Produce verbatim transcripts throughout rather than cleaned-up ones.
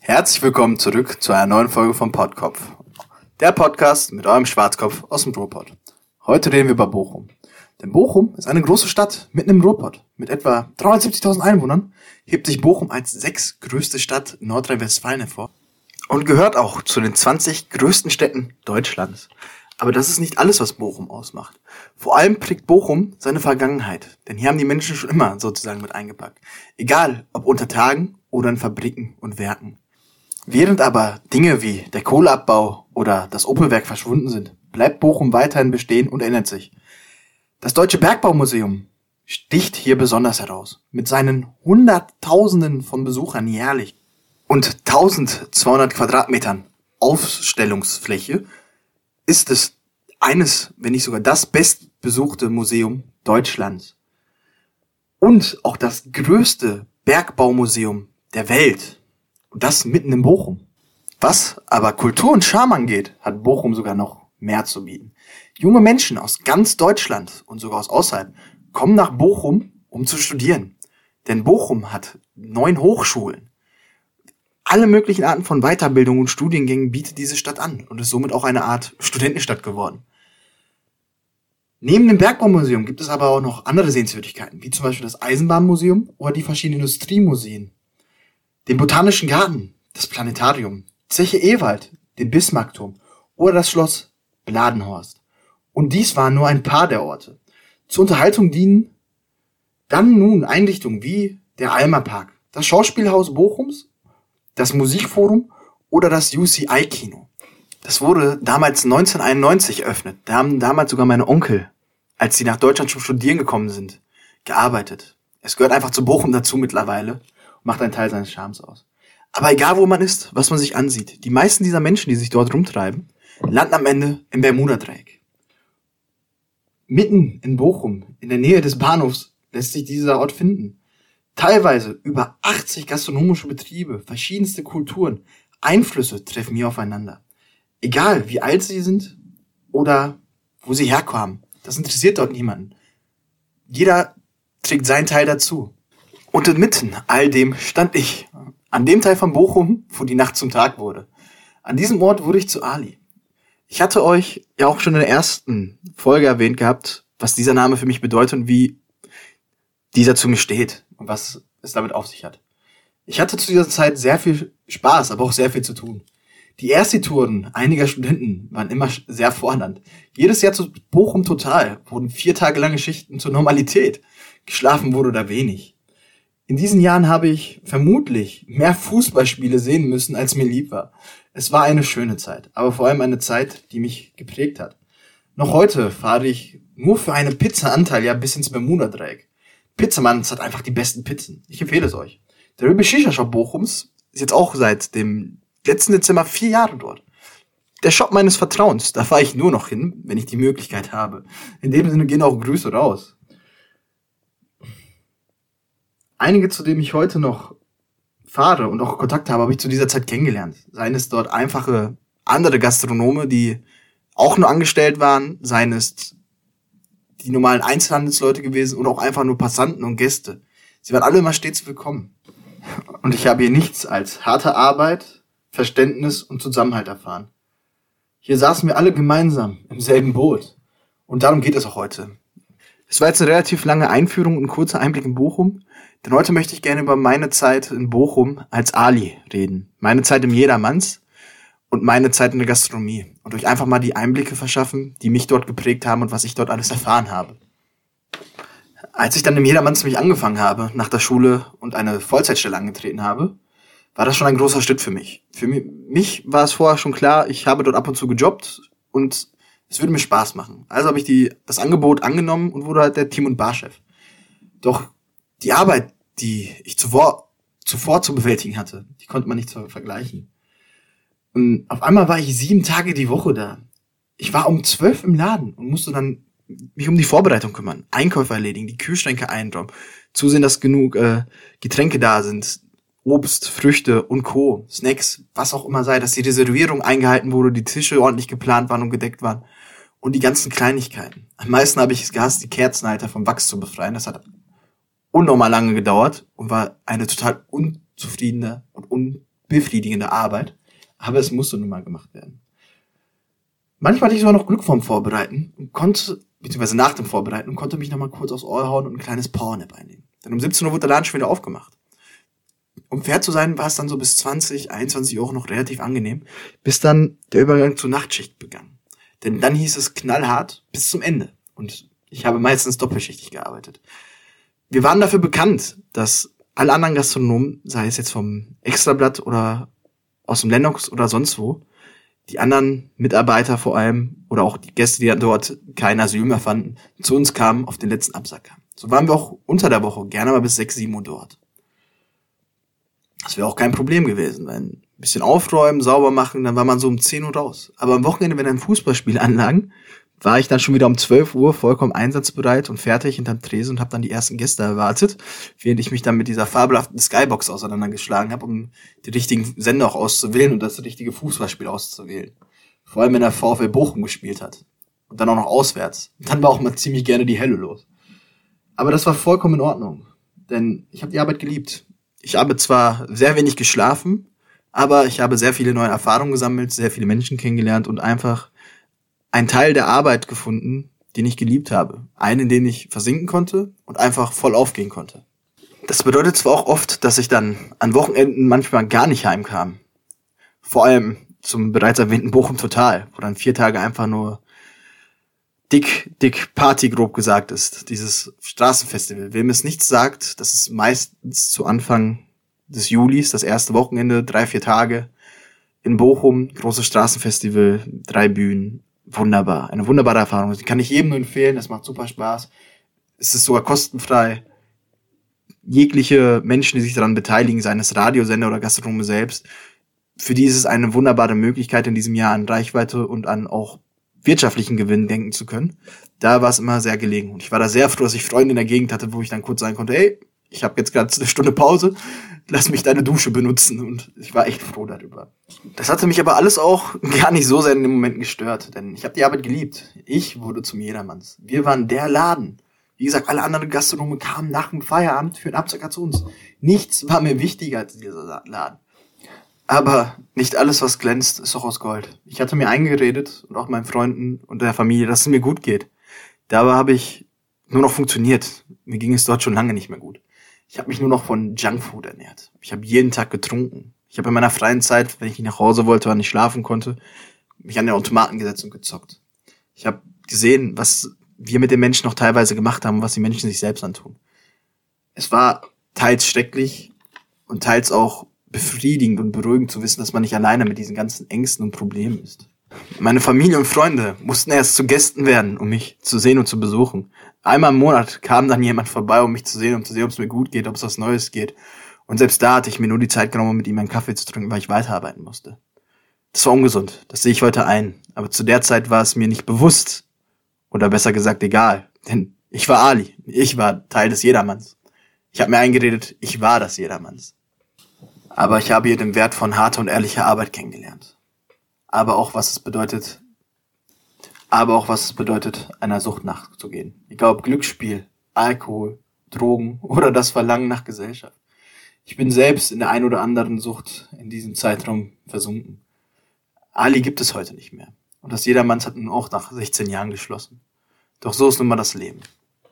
Herzlich willkommen zurück zu einer neuen Folge vom Podkopf. Der Podcast mit eurem Schwarzkopf aus dem Ruhrpott. Heute reden wir über Bochum. Denn Bochum ist eine große Stadt mitten im Ruhrpott. Mit etwa dreihundertsiebzigtausend Einwohnern hebt sich Bochum als sechstgrößte Stadt in Nordrhein-Westfalen hervor und gehört auch zu den zwanzig größten Städten Deutschlands. Aber das ist nicht alles, was Bochum ausmacht. Vor allem prägt Bochum seine Vergangenheit, denn hier haben die Menschen schon immer sozusagen mit eingepackt. Egal, ob unter Tagen oder in Fabriken und Werken. Während aber Dinge wie der Kohleabbau oder das Opelwerk verschwunden sind, bleibt Bochum weiterhin bestehen und ändert sich. Das Deutsche Bergbaumuseum sticht hier besonders heraus. Mit seinen Hunderttausenden von Besuchern jährlich und eintausendzweihundert Quadratmetern Ausstellungsfläche ist es eines, wenn nicht sogar das bestbesuchte Museum Deutschlands. Und auch das größte Bergbaumuseum der Welt. Und das mitten in Bochum. Was aber Kultur und Charme angeht, hat Bochum sogar noch mehr zu bieten. Junge Menschen aus ganz Deutschland und sogar aus außerhalb kommen nach Bochum, um zu studieren. Denn Bochum hat neun Hochschulen. Alle möglichen Arten von Weiterbildung und Studiengängen bietet diese Stadt an und ist somit auch eine Art Studentenstadt geworden. Neben dem Bergbaumuseum gibt es aber auch noch andere Sehenswürdigkeiten, wie zum Beispiel das Eisenbahnmuseum oder die verschiedenen Industriemuseen. Den Botanischen Garten, das Planetarium, Zeche Ewald, den Bismarckturm oder das Schloss Bladenhorst. Und dies waren nur ein paar der Orte. Zur Unterhaltung dienen dann nun Einrichtungen wie der Alma Park, das Schauspielhaus Bochums, das Musikforum oder das U C I-Kino. Das wurde damals neunzehnhunderteinundneunzig eröffnet. Da haben damals sogar meine Onkel, als sie nach Deutschland zum Studieren gekommen sind, gearbeitet. Es gehört einfach zu Bochum dazu mittlerweile. Macht einen Teil seines Charmes aus. Aber egal, wo man ist, was man sich ansieht, die meisten dieser Menschen, die sich dort rumtreiben, landen am Ende im Bermuda-Dreieck. Mitten in Bochum, in der Nähe des Bahnhofs, lässt sich dieser Ort finden. Teilweise über achtzig gastronomische Betriebe, verschiedenste Kulturen, Einflüsse treffen hier aufeinander. Egal, wie alt sie sind oder wo sie herkamen, das interessiert dort niemanden. Jeder trägt seinen Teil dazu. Und inmitten all dem stand ich, an dem Teil von Bochum, wo die Nacht zum Tag wurde. An diesem Ort wurde ich zu Ali. Ich hatte euch ja auch schon in der ersten Folge erwähnt gehabt, was dieser Name für mich bedeutet und wie dieser zu mir steht und was es damit auf sich hat. Ich hatte zu dieser Zeit sehr viel Spaß, aber auch sehr viel zu tun. Die Erstituren einiger Studenten waren immer sehr fordernd. Jedes Jahr zu Bochum Total wurden vier Tage lange Schichten zur Normalität. Geschlafen wurde da wenig. In diesen Jahren habe ich vermutlich mehr Fußballspiele sehen müssen, als mir lieb war. Es war eine schöne Zeit, aber vor allem eine Zeit, die mich geprägt hat. Noch heute fahre ich nur für eine Pizza Antalya bis ins Bermuda-Dreieck. Pizzamanns hat einfach die besten Pizzen. Ich empfehle es euch. Der Röbe Shisha Shop Bochums ist jetzt auch seit dem letzten Dezember vier Jahre dort. Der Shop meines Vertrauens, da fahre ich nur noch hin, wenn ich die Möglichkeit habe. In dem Sinne gehen auch Grüße raus. Einige, zu denen ich heute noch fahre und auch Kontakt habe, habe ich zu dieser Zeit kennengelernt. Seien es dort einfache andere Gastronome, die auch nur angestellt waren, seien es die normalen Einzelhandelsleute gewesen oder auch einfach nur Passanten und Gäste. Sie waren alle immer stets willkommen. Und ich habe hier nichts als harte Arbeit, Verständnis und Zusammenhalt erfahren. Hier saßen wir alle gemeinsam im selben Boot. Und darum geht es auch heute. Es war jetzt eine relativ lange Einführung und kurzer Einblick in Bochum. Denn heute möchte ich gerne über meine Zeit in Bochum als Ali reden. Meine Zeit im Jedermanns und meine Zeit in der Gastronomie. Und euch einfach mal die Einblicke verschaffen, die mich dort geprägt haben und was ich dort alles erfahren habe. Als ich dann im Jedermanns mich angefangen habe, nach der Schule und eine Vollzeitstelle angetreten habe, war das schon ein großer Schritt für mich. Für mich war es vorher schon klar, ich habe dort ab und zu gejobbt und es würde mir Spaß machen. Also habe ich die, das Angebot angenommen und wurde halt der Team- und Barchef. Doch die Arbeit, die ich zuvor, zuvor zu bewältigen hatte, die konnte man nicht vergleichen. Und auf einmal war ich sieben Tage die Woche da. Ich war um zwölf im Laden und musste dann mich um die Vorbereitung kümmern, Einkäufe erledigen, die Kühlschränke einräumen, zusehen, dass genug äh, Getränke da sind, Obst, Früchte und Co., Snacks, was auch immer sei, dass die Reservierung eingehalten wurde, die Tische ordentlich geplant waren und gedeckt waren und die ganzen Kleinigkeiten. Am meisten habe ich es gehasst, die Kerzenhalter vom Wachs zu befreien. Das hat unnormal lange gedauert und war eine total unzufriedene und befriedigende Arbeit, aber es musste nun mal gemacht werden. Manchmal hatte ich sogar noch Glück vorm Vorbereiten und konnte, beziehungsweise nach dem Vorbereiten, und konnte mich noch mal kurz aufs Ohr hauen und ein kleines Powernap einnehmen. Denn um siebzehn Uhr wurde der Laden schon wieder aufgemacht. Um fair zu sein, war es dann so bis zwanzig, einundzwanzig Uhr noch relativ angenehm, bis dann der Übergang zur Nachtschicht begann. Denn dann hieß es knallhart bis zum Ende. Und ich habe meistens doppelschichtig gearbeitet. Wir waren dafür bekannt, dass alle anderen Gastronomen, sei es jetzt vom Extrablatt oder aus dem Lennox oder sonst wo, die anderen Mitarbeiter vor allem oder auch die Gäste, die dort kein Asyl mehr fanden, zu uns kamen, auf den letzten Absacker. So waren wir auch unter der Woche gerne mal bis sechs, sieben Uhr dort. Das wäre auch kein Problem gewesen, weil ein bisschen aufräumen, sauber machen, dann war man so um zehn Uhr raus. Aber am Wochenende, wenn ein Fußballspiel anlagen, war ich dann schon wieder um zwölf Uhr vollkommen einsatzbereit und fertig hinterm Tresen und habe dann die ersten Gäste erwartet, während ich mich dann mit dieser fabelhaften Skybox auseinandergeschlagen habe, um die richtigen Sender auch auszuwählen und das richtige Fußballspiel auszuwählen. Vor allem, wenn der VfL Bochum gespielt hat. Und dann auch noch auswärts. Und dann war auch mal ziemlich gerne die Hölle los. Aber das war vollkommen in Ordnung, denn ich habe die Arbeit geliebt. Ich habe zwar sehr wenig geschlafen, aber ich habe sehr viele neue Erfahrungen gesammelt, sehr viele Menschen kennengelernt und einfach einen Teil der Arbeit gefunden, den ich geliebt habe. Einen, in den ich versinken konnte und einfach voll aufgehen konnte. Das bedeutet zwar auch oft, dass ich dann an Wochenenden manchmal gar nicht heimkam. Vor allem zum bereits erwähnten Bochum Total, wo dann vier Tage einfach nur dick, dick Party, grob gesagt ist. Dieses Straßenfestival. Wem es nichts sagt, das ist meistens zu Anfang des Julis, das erste Wochenende, drei, vier Tage in Bochum, großes Straßenfestival, drei Bühnen. Wunderbar, eine wunderbare Erfahrung. Die kann ich jedem nur empfehlen, das macht super Spaß. Es ist sogar kostenfrei. Jegliche Menschen, die sich daran beteiligen, seien es Radiosender oder Gastronome selbst, für die ist es eine wunderbare Möglichkeit, in diesem Jahr an Reichweite und an auch wirtschaftlichen Gewinn denken zu können. Da war es immer sehr gelegen. Und ich war da sehr froh, dass ich Freunde in der Gegend hatte, wo ich dann kurz sagen konnte, hey, ich habe jetzt gerade eine Stunde Pause, lass mich deine Dusche benutzen. Und ich war echt froh darüber. Das hatte mich aber alles auch gar nicht so sehr in den Momenten gestört, denn ich habe die Arbeit geliebt. Ich wurde zum Jedermanns. Wir waren der Laden. Wie gesagt, alle anderen Gastronome kamen nach dem Feierabend für einen Absacker zu uns. Nichts war mir wichtiger als dieser Laden. Aber nicht alles, was glänzt, ist doch aus Gold. Ich hatte mir eingeredet und auch meinen Freunden und der Familie, dass es mir gut geht. Dabei habe ich nur noch funktioniert. Mir ging es dort schon lange nicht mehr gut. Ich habe mich nur noch von Junkfood ernährt. Ich habe jeden Tag getrunken. Ich habe in meiner freien Zeit, wenn ich nicht nach Hause wollte oder nicht schlafen konnte, mich an den Automaten gesetzt und gezockt. Ich habe gesehen, was wir mit den Menschen noch teilweise gemacht haben und was die Menschen sich selbst antun. Es war teils schrecklich und teils auch befriedigend und beruhigend zu wissen, dass man nicht alleine mit diesen ganzen Ängsten und Problemen ist. Meine Familie und Freunde mussten erst zu Gästen werden, um mich zu sehen und zu besuchen. Einmal im Monat kam dann jemand vorbei, um mich zu sehen, um zu sehen, ob es mir gut geht, ob es was Neues geht. Und selbst da hatte ich mir nur die Zeit genommen, um mit ihm einen Kaffee zu trinken, weil ich weiterarbeiten musste. Das war ungesund, das sehe ich heute ein. Aber zu der Zeit war es mir nicht bewusst, oder besser gesagt egal. Denn ich war Ali, ich war Teil des Jedermanns. Ich habe mir eingeredet, ich war das Jedermanns. Aber ich habe hier den Wert von harter und ehrlicher Arbeit kennengelernt. Aber auch, was es bedeutet, aber auch, was es bedeutet, einer Sucht nachzugehen. Egal ob Glücksspiel, Alkohol, Drogen oder das Verlangen nach Gesellschaft. Ich bin selbst in der ein oder anderen Sucht in diesem Zeitraum versunken. Ali gibt es heute nicht mehr. Und das Jedermanns hat nun auch nach sechzehn Jahren geschlossen. Doch so ist nun mal das Leben.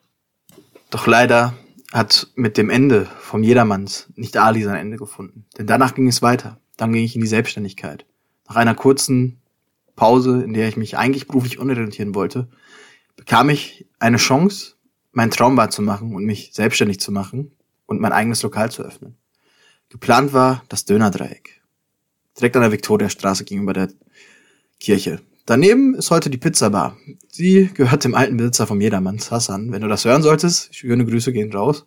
Doch leider hat mit dem Ende vom Jedermanns nicht Ali sein Ende gefunden. Denn danach ging es weiter. Dann ging ich in die Selbstständigkeit. Nach einer kurzen Pause, in der ich mich eigentlich beruflich umorientieren wollte, bekam ich eine Chance, meinen Traum wahrzumachen und mich selbstständig zu machen und mein eigenes Lokal zu öffnen. Geplant war das Dönerdreieck. Direkt an der Viktoriastraße gegenüber der Kirche. Daneben ist heute die Pizzabar. Sie gehört dem alten Besitzer vom Jedermanns, Hassan. Wenn du das hören solltest, schöne Grüße gehen raus.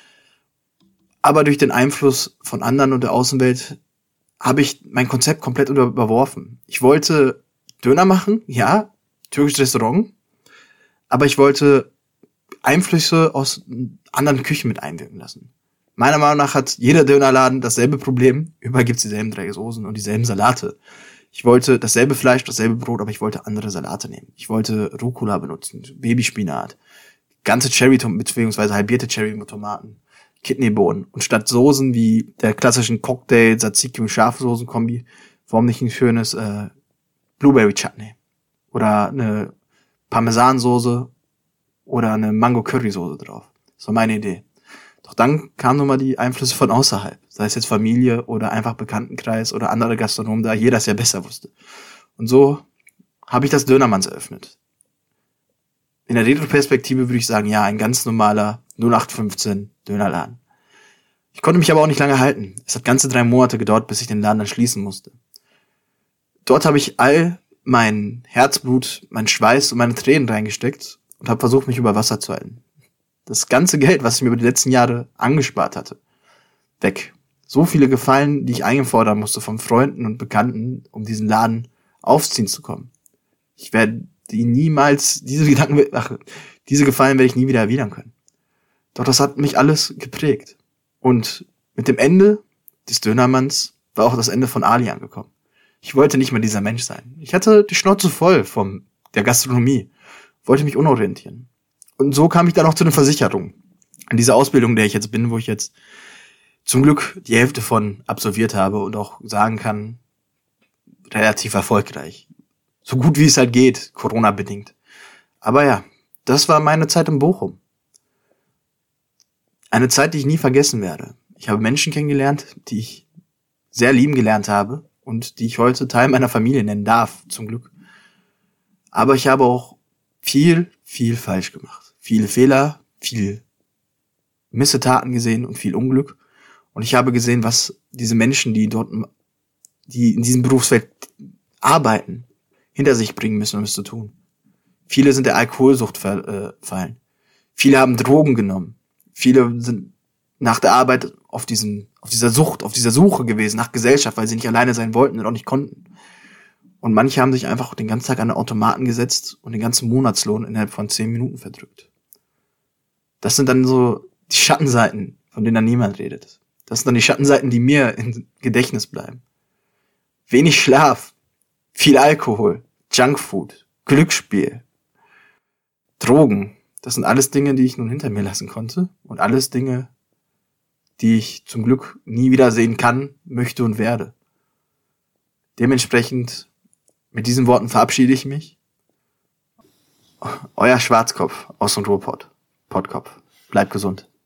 Aber durch den Einfluss von anderen und der Außenwelt habe ich mein Konzept komplett überworfen. Ich wollte Döner machen, ja, türkisches Restaurant, aber ich wollte Einflüsse aus anderen Küchen mit einwirken lassen. Meiner Meinung nach hat jeder Dönerladen dasselbe Problem. Überall gibt es dieselben drei Soßen und dieselben Salate. Ich wollte dasselbe Fleisch, dasselbe Brot, aber ich wollte andere Salate nehmen. Ich wollte Rucola benutzen, Babyspinat, ganze Cherry, beziehungsweise halbierte Cherry mit Tomaten, Kidneybohnen. Und statt Soßen wie der klassischen Cocktail, Tzatziki und Schafsoßen-Kombi, warum nicht ein schönes äh, Blueberry Chutney? Oder eine Parmesansoße oder eine Mango-Curry-Soße drauf. Das war meine Idee. Doch dann kamen nochmal die Einflüsse von außerhalb. Sei es jetzt Familie oder einfach Bekanntenkreis oder andere Gastronomen, da jeder es ja besser wusste. Und so habe ich das Dönermanns eröffnet. In der Retro-Perspektive würde ich sagen, ja, ein ganz normaler null acht fünfzehn Dönerladen. Ich konnte mich aber auch nicht lange halten. Es hat ganze drei Monate gedauert, bis ich den Laden dann schließen musste. Dort habe ich all mein Herzblut, mein Schweiß und meine Tränen reingesteckt und habe versucht, mich über Wasser zu halten. Das ganze Geld, was ich mir über die letzten Jahre angespart hatte, weg. So viele Gefallen, die ich eingefordert musste von Freunden und Bekannten, um diesen Laden aufziehen zu kommen. Ich werde die niemals, diese Gedanken, ach, diese Gefallen werde ich nie wieder erwidern können. Doch das hat mich alles geprägt. Und mit dem Ende des Dönermanns war auch das Ende von Ali angekommen. Ich wollte nicht mehr dieser Mensch sein. Ich hatte die Schnauze voll von der Gastronomie, wollte mich unorientieren. Und so kam ich dann auch zu den Versicherungen. An dieser Ausbildung, der ich jetzt bin, wo ich jetzt zum Glück die Hälfte von absolviert habe und auch sagen kann, relativ erfolgreich. So gut wie es halt geht, Corona-bedingt. Aber ja, das war meine Zeit in Bochum. Eine Zeit, die ich nie vergessen werde. Ich habe Menschen kennengelernt, die ich sehr lieben gelernt habe und die ich heute Teil meiner Familie nennen darf, zum Glück. Aber ich habe auch viel, viel falsch gemacht. Viele Fehler, viel Missetaten gesehen und viel Unglück. Und ich habe gesehen, was diese Menschen, die dort, die in diesem Berufsfeld arbeiten, hinter sich bringen müssen, um es zu tun. Viele sind der Alkoholsucht verfallen. Viele haben Drogen genommen. Viele sind nach der Arbeit auf diesen, auf dieser Sucht, auf dieser Suche gewesen nach Gesellschaft, weil sie nicht alleine sein wollten und auch nicht konnten. Und manche haben sich einfach den ganzen Tag an den Automaten gesetzt und den ganzen Monatslohn innerhalb von zehn Minuten verdrückt. Das sind dann so die Schattenseiten, von denen dann niemand redet. Das sind dann die Schattenseiten, die mir im Gedächtnis bleiben. Wenig Schlaf, viel Alkohol, Junkfood, Glücksspiel, Drogen. Das sind alles Dinge, die ich nun hinter mir lassen konnte. Und alles Dinge, die ich zum Glück nie wieder sehen kann, möchte und werde. Dementsprechend, mit diesen Worten verabschiede ich mich. Euer Schwarzkopf aus dem Ruhrpott. Pottkopf. Bleibt gesund.